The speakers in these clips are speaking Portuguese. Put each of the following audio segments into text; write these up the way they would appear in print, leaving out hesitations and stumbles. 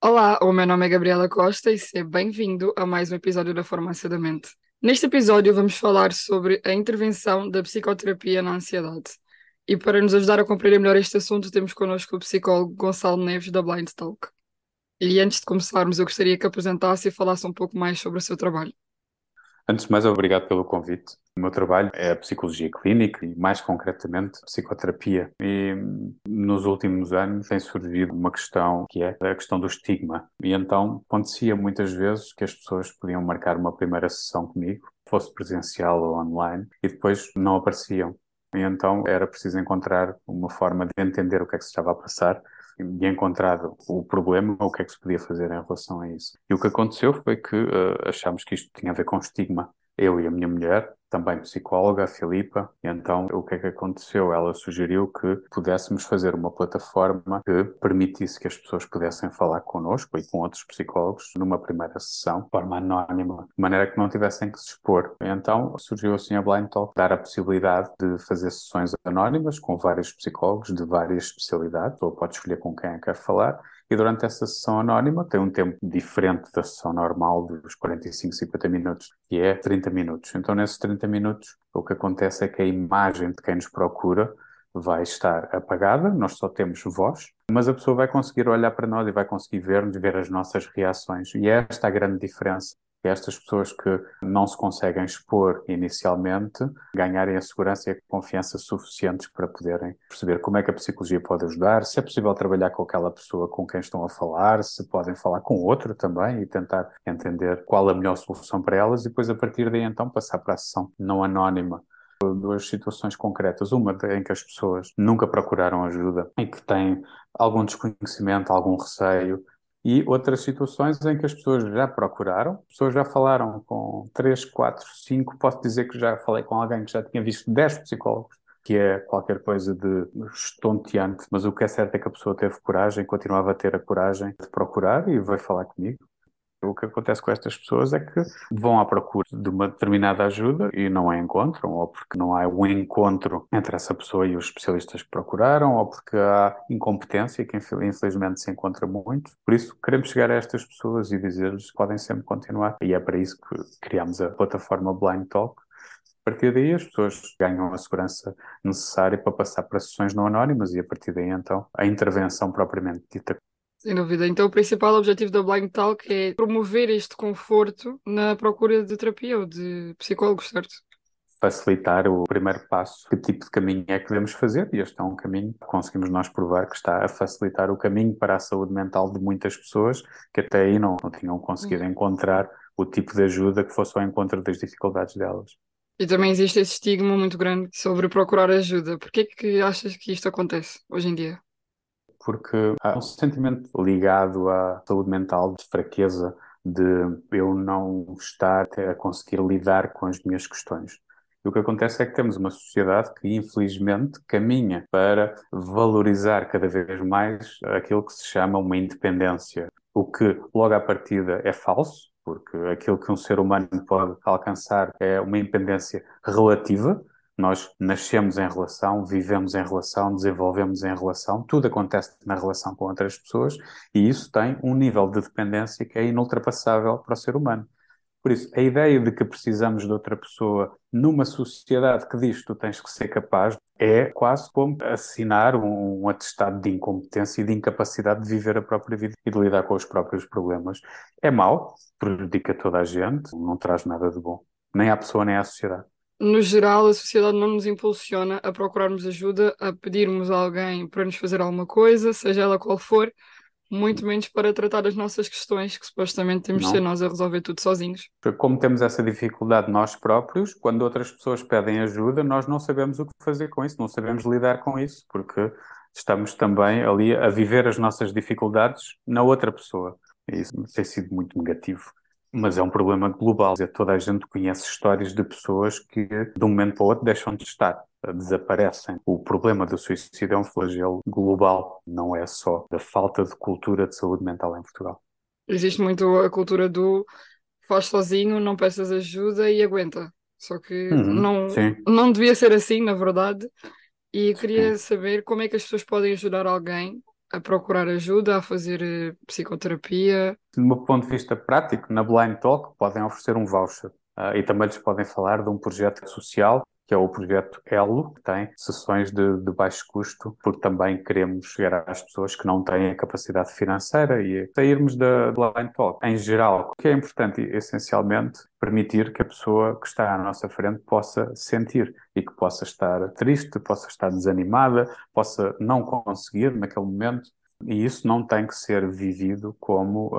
Olá, o meu nome é Gabriela Costa e seja bem-vindo a mais um episódio da Farmácia da Mente. Neste episódio vamos falar sobre a intervenção da psicoterapia na ansiedade. E para nos ajudar a compreender melhor este assunto, temos connosco o psicólogo Gonçalo Neves da Blind Talk. E antes de começarmos, eu gostaria que apresentasse e falasse um pouco mais sobre o seu trabalho. Antes de mais, obrigado pelo convite. O meu trabalho é a psicologia clínica e, mais concretamente, a psicoterapia. E nos últimos anos tem surgido uma questão que é a questão do estigma. E então acontecia muitas vezes que as pessoas podiam marcar uma primeira sessão comigo, fosse presencial ou online, e depois não apareciam. E então era preciso encontrar uma forma de entender o que é que se estava a passar e encontrado o problema, o que é que se podia fazer em relação a isso. E o que aconteceu foi que achámos que isto tinha a ver com estigma. Eu e a minha mulher, também psicóloga, a Filipa, e então o que é que aconteceu? Ela sugeriu que pudéssemos fazer uma plataforma que permitisse que as pessoas pudessem falar connosco e com outros psicólogos numa primeira sessão, de forma anónima, de maneira que não tivessem que se expor. E então surgiu assim a Blind Talk, dar a possibilidade de fazer sessões anónimas com vários psicólogos de várias especialidades, ou pode escolher com quem quer falar, e durante essa sessão anónima tem um tempo diferente da sessão normal dos 45, 50 minutos, que é 30 minutos. Então, nesses 30 minutos, o que acontece é que a imagem de quem nos procura vai estar apagada, nós só temos voz, mas a pessoa vai conseguir olhar para nós e vai conseguir ver-nos, ver as nossas reações. E é esta a grande diferença. Que estas pessoas que não se conseguem expor inicialmente ganharem a segurança e a confiança suficientes para poderem perceber como é que a psicologia pode ajudar, se é possível trabalhar com aquela pessoa com quem estão a falar, se podem falar com outro também e tentar entender qual a melhor solução para elas e depois a partir daí então passar para a sessão não anónima. Duas situações concretas, uma em que as pessoas nunca procuraram ajuda e que têm algum desconhecimento, algum receio, e outras situações em que as pessoas já procuraram, pessoas já falaram com 3, 4, 5, posso dizer que já falei com alguém que já tinha visto 10 psicólogos, que é qualquer coisa de estonteante, mas o que é certo é que a pessoa teve coragem, continuava a ter a coragem de procurar e veio falar comigo. O que acontece com estas pessoas é que vão à procura de uma determinada ajuda e não a encontram, ou porque não há um encontro entre essa pessoa e os especialistas que procuraram, ou porque há incompetência, que infelizmente se encontra muito. Por isso, queremos chegar a estas pessoas e dizer-lhes que podem sempre continuar. E é para isso que criamos a plataforma Blind Talk. A partir daí, as pessoas ganham a segurança necessária para passar para sessões não anónimas e, a partir daí, então, a intervenção propriamente dita. Sem dúvida. Então, o principal objetivo da Blind Talk é promover este conforto na procura de terapia ou de psicólogos, certo? Facilitar o primeiro passo, que tipo de caminho é que devemos fazer, e este é um caminho que conseguimos nós provar que está a facilitar o caminho para a saúde mental de muitas pessoas que até aí não tinham conseguido encontrar o tipo de ajuda que fosse ao encontro das dificuldades delas. E também existe esse estigma muito grande sobre procurar ajuda. Por que é que achas que isto acontece hoje em dia? Porque há um sentimento ligado à saúde mental de fraqueza, de eu não estar a conseguir lidar com as minhas questões. E o que acontece é que temos uma sociedade que, infelizmente, caminha para valorizar cada vez mais aquilo que se chama uma independência, o que, logo à partida, é falso, porque aquilo que um ser humano pode alcançar é uma independência relativa. Nós nascemos em relação, vivemos em relação, desenvolvemos em relação, tudo acontece na relação com outras pessoas e isso tem um nível de dependência que é inultrapassável para o ser humano. Por isso, a ideia de que precisamos de outra pessoa numa sociedade que diz que tu tens que ser capaz é quase como assinar um atestado de incompetência e de incapacidade de viver a própria vida e de lidar com os próprios problemas. É mau, prejudica toda a gente, não traz nada de bom, nem à pessoa nem à sociedade. No geral, a sociedade não nos impulsiona a procurarmos ajuda, a pedirmos a alguém para nos fazer alguma coisa, seja ela qual for, muito menos para tratar das nossas questões, que supostamente temos de ser Não? nós a resolver tudo sozinhos. Porque como temos essa dificuldade nós próprios, quando outras pessoas pedem ajuda, nós não sabemos o que fazer com isso, não sabemos lidar com isso, porque estamos também ali a viver as nossas dificuldades na outra pessoa. E isso tem sido muito negativo. Mas é um problema global. Toda a gente conhece histórias de pessoas que, de um momento para o outro, deixam de estar, desaparecem. O problema do suicídio é um flagelo global, não é só da falta de cultura de saúde mental em Portugal. Existe muito a cultura do faz sozinho, não peças ajuda e aguenta. Só que Uhum, sim, não devia ser assim, na verdade. E eu queria sim. saber como é que as pessoas podem ajudar alguém. a procurar ajuda, a fazer psicoterapia? Do meu ponto de vista prático, na Blind Talk podem oferecer um voucher. E também lhes podem falar de um projeto social, que é o projeto Elo, que tem sessões de baixo custo, porque também queremos chegar às pessoas que não têm a capacidade financeira e sairmos da Blind Talk. Em geral, o que é importante, essencialmente, permitir que a pessoa que está à nossa frente possa sentir e que possa estar triste, possa estar desanimada, possa não conseguir naquele momento. E isso não tem que ser vivido como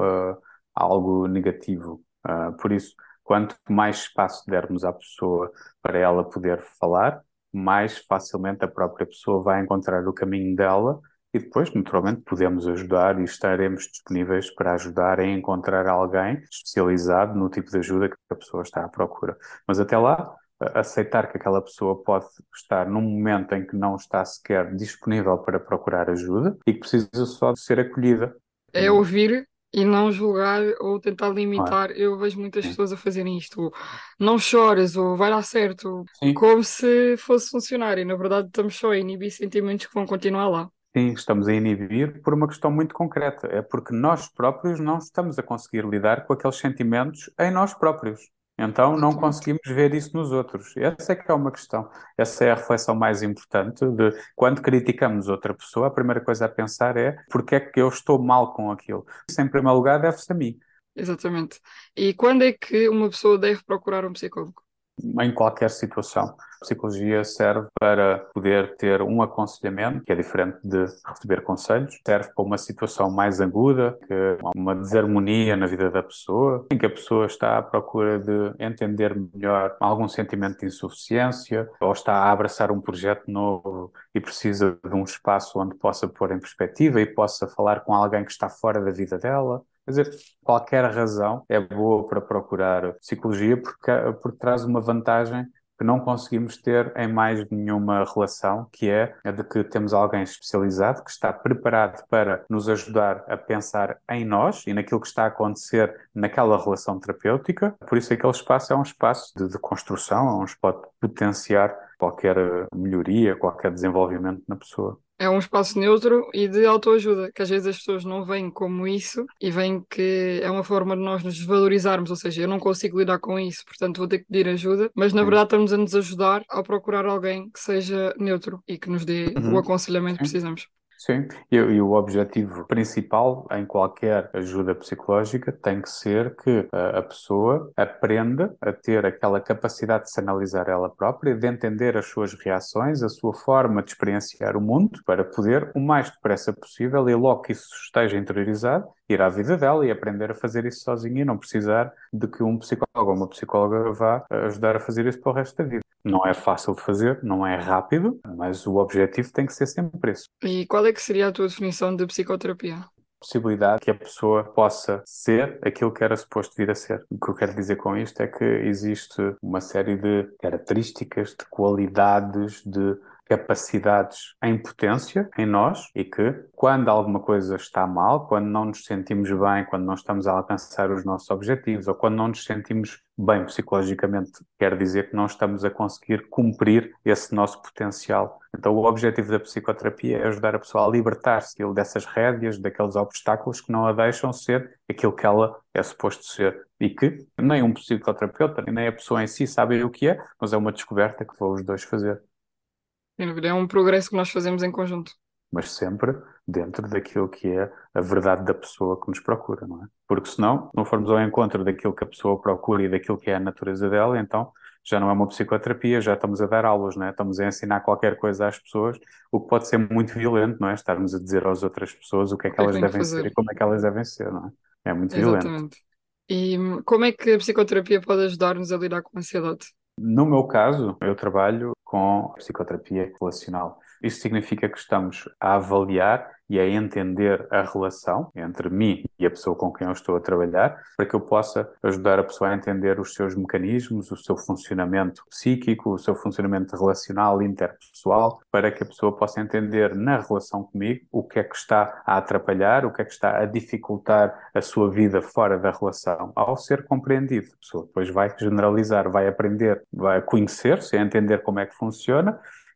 algo negativo. Por isso, quanto mais espaço dermos à pessoa para ela poder falar, mais facilmente a própria pessoa vai encontrar o caminho dela e depois, naturalmente, podemos ajudar e estaremos disponíveis para ajudar a encontrar alguém especializado no tipo de ajuda que a pessoa está à procura. Mas até lá, aceitar que aquela pessoa pode estar num momento em que não está sequer disponível para procurar ajuda e que precisa só de ser acolhida. É E, ouvir e não julgar ou tentar não é? limitar. Eu vejo muitas Sim. pessoas a fazerem isto. Não chores ou vai dar certo, Sim. como se fosse funcionar. E na verdade estamos só a inibir sentimentos que vão continuar lá. Sim, estamos a inibir por uma questão muito concreta. É porque nós próprios não estamos a conseguir lidar com aqueles sentimentos em nós próprios. Então não Exatamente. conseguimos ver isso nos outros. Essa é que é uma questão. Essa é a reflexão mais importante de quando criticamos outra pessoa, a primeira coisa a pensar é porque é que eu estou mal com aquilo. Isso, em primeiro lugar, deve-se a mim. Exatamente. E quando é que uma pessoa deve procurar um psicólogo? Em qualquer situação. A psicologia serve para poder ter um aconselhamento, que é diferente de receber conselhos, serve para uma situação mais aguda, que é uma desarmonia na vida da pessoa, em que a pessoa está à procura de entender melhor algum sentimento de insuficiência, ou está a abraçar um projeto novo e precisa de um espaço onde possa pôr em perspectiva e possa falar com alguém que está fora da vida dela. Quer dizer, qualquer razão é boa para procurar psicologia porque traz uma vantagem que não conseguimos ter em mais nenhuma relação, que é a de que temos alguém especializado que está preparado para nos ajudar a pensar em nós e naquilo que está a acontecer naquela relação terapêutica. Por isso, aquele espaço é um espaço de construção, é um espaço de potenciar qualquer melhoria, qualquer desenvolvimento na pessoa. É um espaço neutro e de autoajuda, que às vezes as pessoas não veem como isso e veem que é uma forma de nós nos desvalorizarmos, ou seja, eu não consigo lidar com isso, portanto vou ter que pedir ajuda, mas na Sim. verdade estamos a nos ajudar ao procurar alguém que seja neutro e que nos dê o Uhum. aconselhamento que Sim. precisamos. Sim, e o objetivo principal em qualquer ajuda psicológica tem que ser que a pessoa aprenda a ter aquela capacidade de se analisar ela própria, de entender as suas reações, a sua forma de experienciar o mundo, para poder, o mais depressa possível, e logo que isso esteja interiorizado, ir à vida dela e aprender a fazer isso sozinha e não precisar de que um psicólogo ou uma psicóloga vá ajudar a fazer isso para o resto da vida. Não é fácil de fazer, não é rápido, mas o objetivo tem que ser sempre esse. E qual é que seria a tua definição de psicoterapia? Possibilidade que a pessoa possa ser aquilo que era suposto vir a ser. O que eu quero dizer com isto é que existe uma série de características, de qualidades, de capacidades em potência em nós e que, quando alguma coisa está mal, quando não nos sentimos bem, quando não estamos a alcançar os nossos objetivos ou quando não nos sentimos bem psicologicamente, quer dizer que não estamos a conseguir cumprir esse nosso potencial. Então, o objetivo da psicoterapia é ajudar a pessoa a libertar-se dessas rédeas, daqueles obstáculos que não a deixam ser aquilo que ela é suposto ser. E que nem um psicoterapeuta, nem a pessoa em si sabem o que é, mas é uma descoberta que vão os dois fazer. Sem dúvida, é um progresso que nós fazemos em conjunto. Mas sempre dentro daquilo que é a verdade da pessoa que nos procura, não é? Porque senão não formos ao encontro daquilo que a pessoa procura e daquilo que é a natureza dela, então já não é uma psicoterapia, já estamos a dar aulas, não é? Estamos a ensinar qualquer coisa às pessoas, o que pode ser muito violento, não é? Estarmos a dizer às outras pessoas o que é O que que é que elas tem que devem ser fazer? e como é que elas devem ser, não é? É muito violento. Exatamente. E como é que a psicoterapia pode ajudar-nos a lidar com a ansiedade? No meu caso, eu trabalho com psicoterapia relacional. Isso significa que estamos a avaliar e a entender a relação entre mim e a pessoa com quem eu estou a trabalhar, para que eu possa ajudar a pessoa a entender os seus mecanismos, o seu funcionamento psíquico, o seu funcionamento relacional, interpessoal, para que a pessoa possa entender na relação comigo o que é que está a atrapalhar, o que é que está a dificultar a sua vida fora da relação. Ao ser compreendido, a pessoa depois vai generalizar, vai aprender, vai conhecer-se, a entender como é que funciona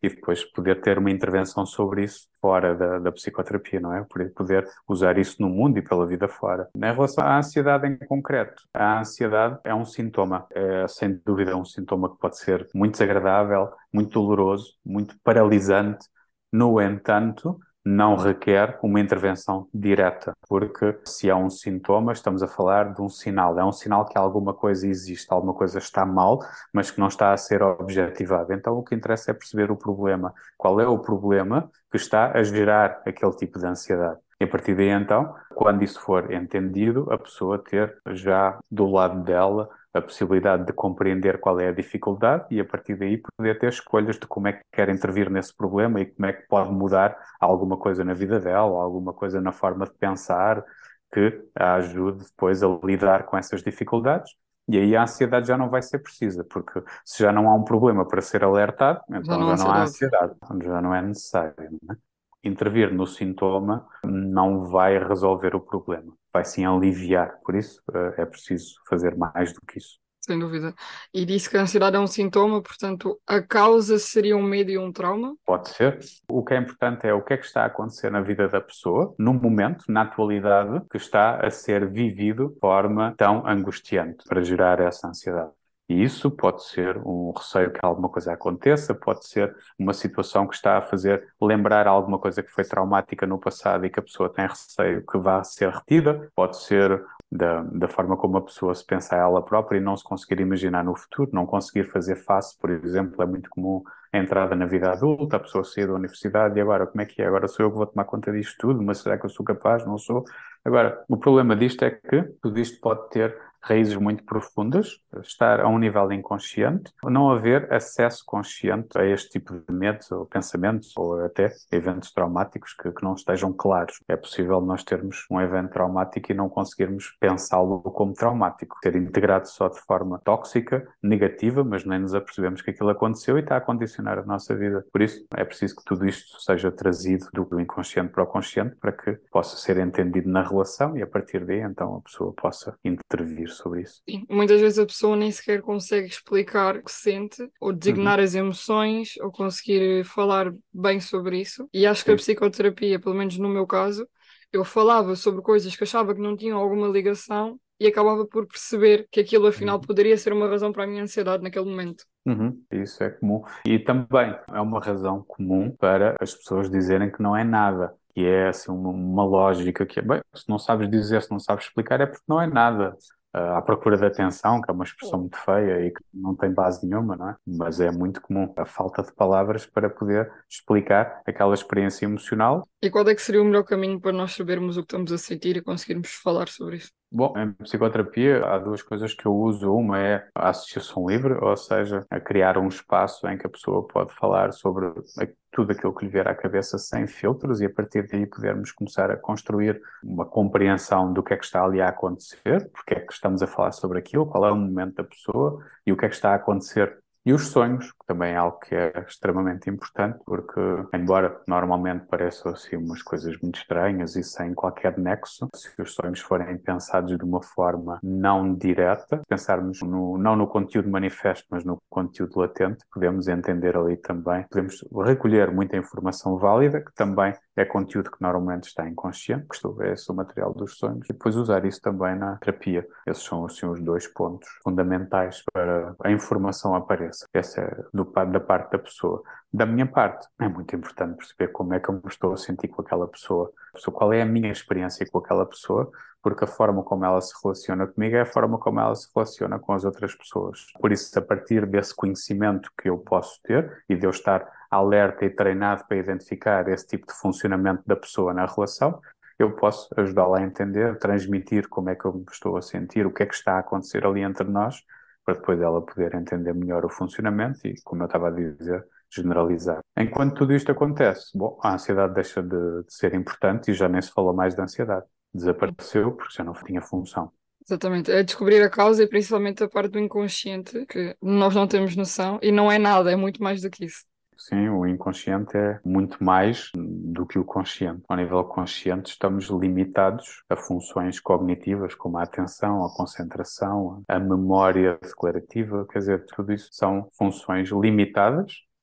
e depois poder ter uma intervenção sobre isso fora da psicoterapia, não é? Poder usar isso no mundo e pela vida fora. Em relação à ansiedade em concreto, a ansiedade é um sintoma, é sem dúvida um sintoma que pode ser muito desagradável, muito doloroso, muito paralisante. No entanto, não requer uma intervenção direta, porque se é um sintoma, estamos a falar de um sinal. É um sinal que alguma coisa existe, alguma coisa está mal, mas que não está a ser objetivada. Então, o que interessa é perceber o problema. Qual é o problema que está a gerar aquele tipo de ansiedade? E a partir daí, então, quando isso for entendido, a pessoa ter já do lado dela a possibilidade de compreender qual é a dificuldade e, a partir daí, poder ter escolhas de como é que quer intervir nesse problema e como é que pode mudar alguma coisa na vida dela, ou alguma coisa na forma de pensar que a ajude depois a lidar com essas dificuldades. E aí a ansiedade já não vai ser precisa, porque se já não há um problema para ser alertado, Já então não há já não há ansiedade. ansiedade, já não é necessário, não é? Intervir no sintoma não vai resolver o problema, vai sim aliviar. Por isso, é preciso fazer mais do que isso. Sem dúvida. E disse que a ansiedade é um sintoma, portanto, a causa seria um medo e um trauma. Pode ser. O que é importante é o que é que está a acontecer na vida da pessoa, no momento, na atualidade, que está a ser vivido de forma tão angustiante para gerar essa ansiedade. E isso pode ser um receio que alguma coisa aconteça, pode ser uma situação que está a fazer lembrar alguma coisa que foi traumática no passado e que a pessoa tem receio que vá ser retida, pode ser da forma como a pessoa se pensa a ela própria e não se conseguir imaginar no futuro, não conseguir fazer face, por exemplo, é muito comum a entrada na vida adulta, a pessoa sair da universidade e agora como é que é? Agora sou eu que vou tomar conta disto tudo, mas será que eu sou capaz? Não sou? Agora, o problema disto é que tudo isto pode ter raízes muito profundas, estar a um nível inconsciente, não haver acesso consciente a este tipo de medos ou pensamentos ou até eventos traumáticos que não estejam claros. É possível nós termos um evento traumático e não conseguirmos pensá-lo como traumático, ser integrado só de forma tóxica, negativa, mas nem nos apercebemos que aquilo aconteceu e está a condicionar a nossa vida. Por isso, é preciso que tudo isto seja trazido do inconsciente para o consciente para que possa ser entendido na relação e a partir daí, então, a pessoa possa intervir sobre isso. Sim. Muitas vezes a pessoa nem sequer consegue explicar o que sente, ou Uhum. designar as emoções, ou conseguir falar bem sobre isso. E acho que a Sim. psicoterapia, pelo menos no meu caso, eu falava sobre coisas que achava que não tinham alguma ligação e acabava por perceber que aquilo afinal Uhum. poderia ser uma razão para a minha ansiedade naquele momento. Uhum. Isso é comum. E também é uma razão comum para as pessoas dizerem que não é nada. Que é assim uma lógica que é, bem, se não sabes dizer, se não sabes explicar, é porque não é nada. À procura de atenção, que é uma expressão muito feia e que não tem base nenhuma, não é? Mas é muito comum a falta de palavras para poder explicar aquela experiência emocional. E qual é que seria o melhor caminho para nós sabermos o que estamos a sentir e conseguirmos falar sobre isso? Bom, em psicoterapia há duas coisas que eu uso. Uma é a associação livre, ou seja, a criar um espaço em que a pessoa pode falar sobre tudo aquilo que lhe vier à cabeça sem filtros e a partir daí podermos começar a construir uma compreensão do que é que está ali a acontecer, porque é que estamos a falar sobre aquilo, qual é o momento da pessoa e o que é que está a acontecer. E os sonhos, que também é algo que é extremamente importante, porque, embora normalmente pareçam assim umas coisas muito estranhas e sem qualquer nexo, se os sonhos forem pensados de uma forma não direta, pensarmos não no conteúdo manifesto, mas no conteúdo latente, podemos entender ali também, podemos recolher muita informação válida, que também é conteúdo que normalmente está inconsciente, que isto é esse o material dos sonhos, e depois usar isso também na terapia. Esses são assim os dois pontos fundamentais para a informação apareça. Essa é da parte da pessoa. Da minha parte, é muito importante perceber como é que eu me estou a sentir com aquela pessoa, qual é a minha experiência com aquela pessoa, porque a forma como ela se relaciona comigo é a forma como ela se relaciona com as outras pessoas. Por isso, a partir desse conhecimento que eu posso ter e de eu estar alerta e treinado para identificar esse tipo de funcionamento da pessoa na relação, eu posso ajudá-la a entender, transmitir como é que eu me estou a sentir, o que é que está a acontecer ali entre nós, para depois ela poder entender melhor o funcionamento e, como eu estava a dizer, generalizar. Enquanto tudo isto acontece, bom, a ansiedade deixa de ser importante e já nem se fala mais de ansiedade. Desapareceu porque já não tinha função. Exatamente, é descobrir a causa e principalmente a parte do inconsciente, que nós não temos noção e não é nada, é muito mais do que isso. Sim, o inconsciente é muito mais do que o consciente. Ao nível consciente, estamos limitados a funções cognitivas como a atenção, a concentração, a memória declarativa, quer dizer, tudo isso são funções limitadas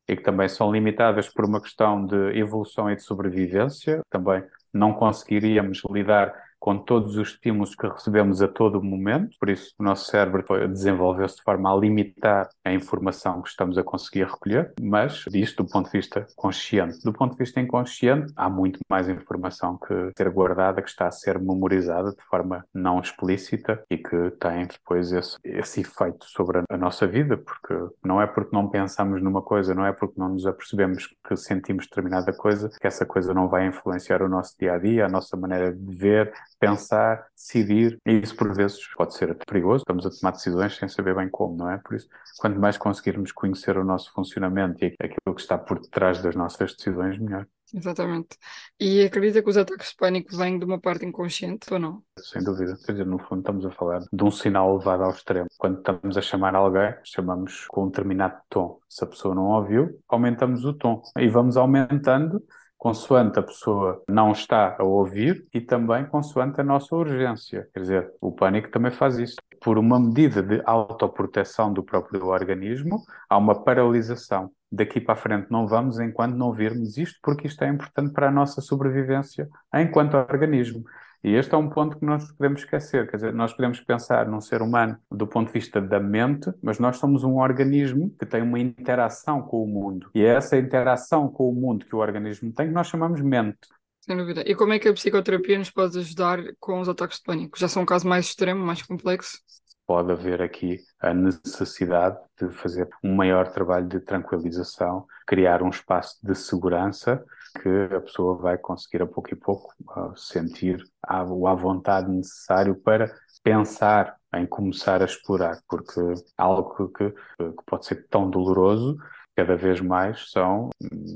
e que também são limitadas por uma questão de evolução e de sobrevivência. Também não conseguiríamos lidar com todos os estímulos que recebemos a todo momento, por isso o nosso cérebro desenvolveu-se de forma a limitar a informação que estamos a conseguir recolher, mas isto do ponto de vista consciente. Do ponto de vista inconsciente, há muito mais informação que ser guardada, que está a ser memorizada de forma não explícita e que tem depois esse efeito sobre a nossa vida, porque não é porque não pensamos numa coisa, não é porque não nos apercebemos que sentimos determinada coisa, que essa coisa não vai influenciar o nosso dia-a-dia, a nossa maneira de ver, pensar, decidir, e isso por vezes pode ser até perigoso. Estamos a tomar decisões sem saber bem como, não é? Por isso, quanto mais conseguirmos conhecer o nosso funcionamento e aquilo que está por detrás das nossas decisões, melhor. Exatamente. E acredita que os ataques de pânico vêm de uma parte inconsciente ou não? Sem dúvida. Quer dizer, no fundo, estamos a falar de um sinal levado ao extremo. Quando estamos a chamar alguém, chamamos com um determinado tom. Se a pessoa não ouviu, aumentamos o tom. E vamos aumentando consoante a pessoa não está a ouvir e também consoante a nossa urgência. Quer dizer, o pânico também faz isso. Por uma medida de autoproteção do próprio organismo, há uma paralisação. Daqui para a frente não vamos enquanto não virmos isto, porque isto é importante para a nossa sobrevivência enquanto organismo. E este é um ponto que nós podemos esquecer, quer dizer, nós podemos pensar num ser humano do ponto de vista da mente, mas nós somos um organismo que tem uma interação com o mundo. E é essa interação com o mundo que o organismo tem que nós chamamos mente. Sem dúvida. E como é que a psicoterapia nos pode ajudar com os ataques de pânico? Já são um caso mais extremo, mais complexo? Pode haver aqui a necessidade de fazer um maior trabalho de tranquilização, criar um espaço de segurança que a pessoa vai conseguir a pouco e pouco sentir o à vontade necessário para pensar em começar a explorar, porque algo que pode ser tão doloroso, cada vez mais são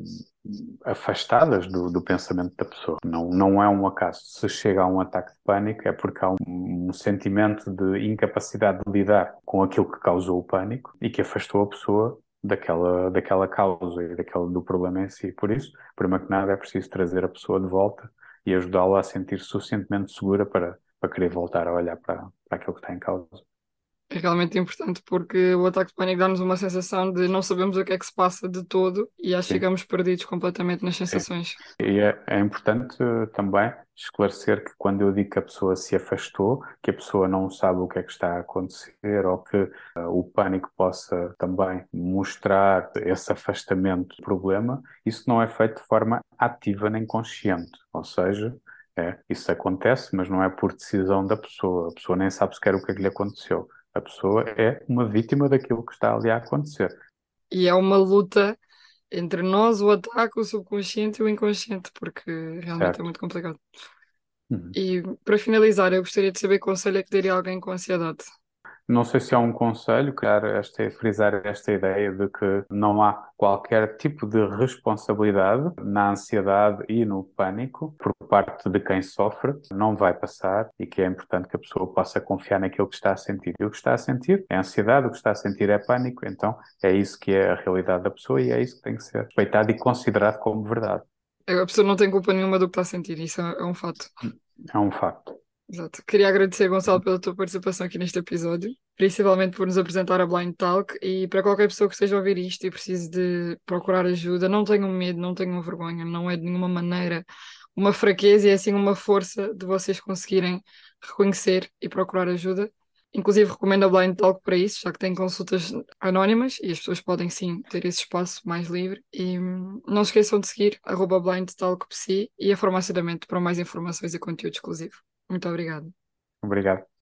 afastadas do pensamento da pessoa. Não é um acaso. Se chega a um ataque de pânico é porque há um sentimento de incapacidade de lidar com aquilo que causou o pânico e que afastou a pessoa daquela causa e do problema em si. Por isso, primeiro que nada, é preciso trazer a pessoa de volta e ajudá-la a sentir-se suficientemente segura para querer voltar a olhar para aquilo que está em causa. É realmente importante porque o ataque de pânico dá-nos uma sensação de não sabemos o que é que se passa de todo e acho que Sim. ficamos perdidos completamente nas Sim. sensações. E é importante também esclarecer que quando eu digo que a pessoa se afastou, que a pessoa não sabe o que é que está a acontecer ou que o pânico possa também mostrar esse afastamento do problema, isso não é feito de forma ativa nem consciente. Ou seja, isso acontece, mas não é por decisão da pessoa. A pessoa nem sabe sequer o que é que lhe aconteceu. A pessoa é uma vítima daquilo que está ali a acontecer. E é uma luta entre nós, o ataque, o subconsciente e o inconsciente, porque realmente é Certo? muito complicado. Uhum. E para finalizar, eu gostaria de saber que conselho é que daria a alguém com ansiedade. Não sei se há um conselho, frisar esta ideia de que não há qualquer tipo de responsabilidade na ansiedade e no pânico por parte de quem sofre, não vai passar e que é importante que a pessoa possa confiar naquilo que está a sentir. E o que está a sentir é ansiedade, o que está a sentir é pânico, então é isso que é a realidade da pessoa e é isso que tem que ser respeitado e considerado como verdade. A pessoa não tem culpa nenhuma do que está a sentir, isso é um fato. É um facto. Exato. Queria agradecer, Gonçalo, pela tua participação aqui neste episódio, principalmente por nos apresentar a Blind Talk e para qualquer pessoa que esteja a ouvir isto e precise de procurar ajuda, não tenham medo, não tenham vergonha, não é de nenhuma maneira uma fraqueza e é sim uma força de vocês conseguirem reconhecer e procurar ajuda. Inclusive recomendo a Blind Talk para isso, já que tem consultas anónimas e as pessoas podem sim ter esse espaço mais livre. E não se esqueçam de seguir @blindtalkpsi e a Farmácia da Mente para mais informações e conteúdo exclusivo. Muito obrigada. Obrigado.